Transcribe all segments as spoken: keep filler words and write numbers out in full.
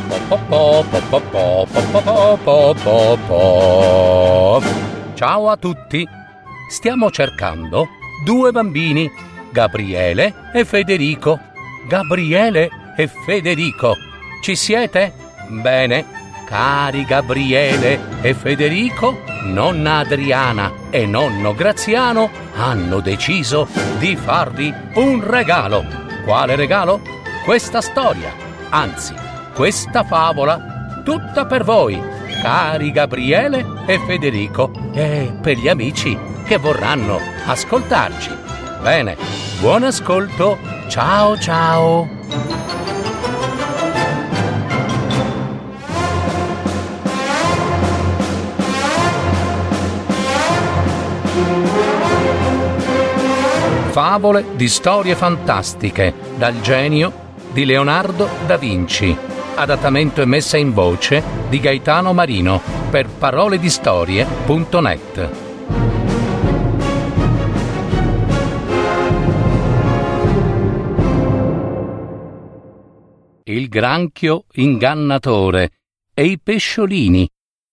Ciao a tutti! Stiamo cercando due bambini, Gabriele e Federico. Gabriele e Federico. Ci siete? Bene. Cari Gabriele e Federico, nonna Adriana e nonno Graziano hanno deciso di farvi un regalo. Quale regalo? Questa storia, anzi, questa favola, tutta per voi, cari Gabriele e Federico, e per gli amici che vorranno ascoltarci. Bene, buon ascolto. Ciao ciao. Favole di storie fantastiche dal genio di Leonardo da Vinci. Adattamento e messa in voce di Gaetano Marino per paroledistorie punto net. Il granchio ingannatore e i pesciolini.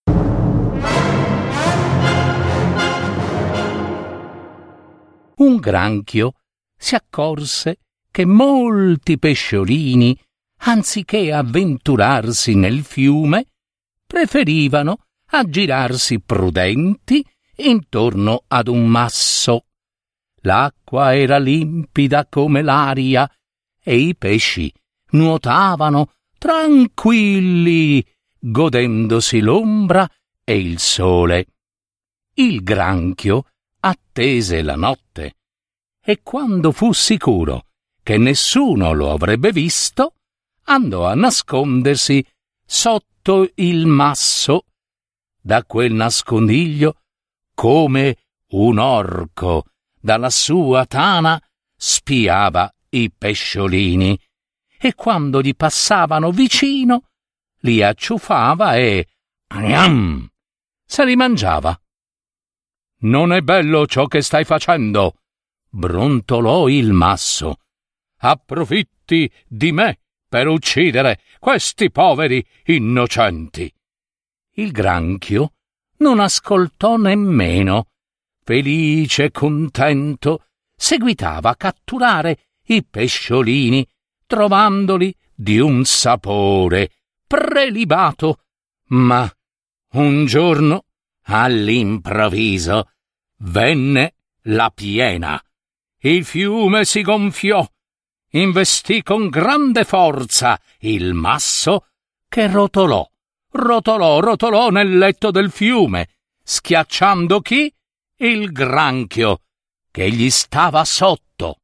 Un granchio si accorse che molti pesciolini, anziché avventurarsi nel fiume, preferivano aggirarsi prudenti intorno ad un masso. L'acqua era limpida come l'aria e i pesci nuotavano tranquilli, godendosi l'ombra e il sole. Il granchio attese la notte e quando fu sicuro che nessuno lo avrebbe visto, andò a nascondersi sotto il masso. Da quel nascondiglio, come un orco dalla sua tana, spiava i pesciolini e quando gli passavano vicino li acciuffava e aniam, se li mangiava. «Non è bello ciò che stai facendo», brontolò il masso. «Approfitti di me per uccidere questi poveri innocenti». Il granchio non ascoltò nemmeno. Felice e contento, seguitava a catturare i pesciolini, trovandoli di un sapore prelibato. Ma un giorno, all'improvviso, venne la piena. Il fiume si gonfiò, investì con grande forza il masso che rotolò, rotolò, rotolò nel letto del fiume, schiacciando chi? Il granchio, che gli stava sotto.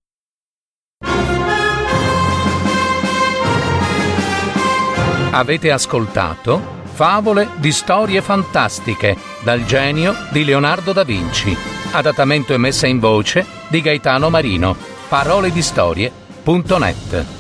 Avete ascoltato Favole di storie fantastiche dal genio di Leonardo da Vinci. Adattamento e messa in voce di Gaetano Marino. paroledistorie punto net.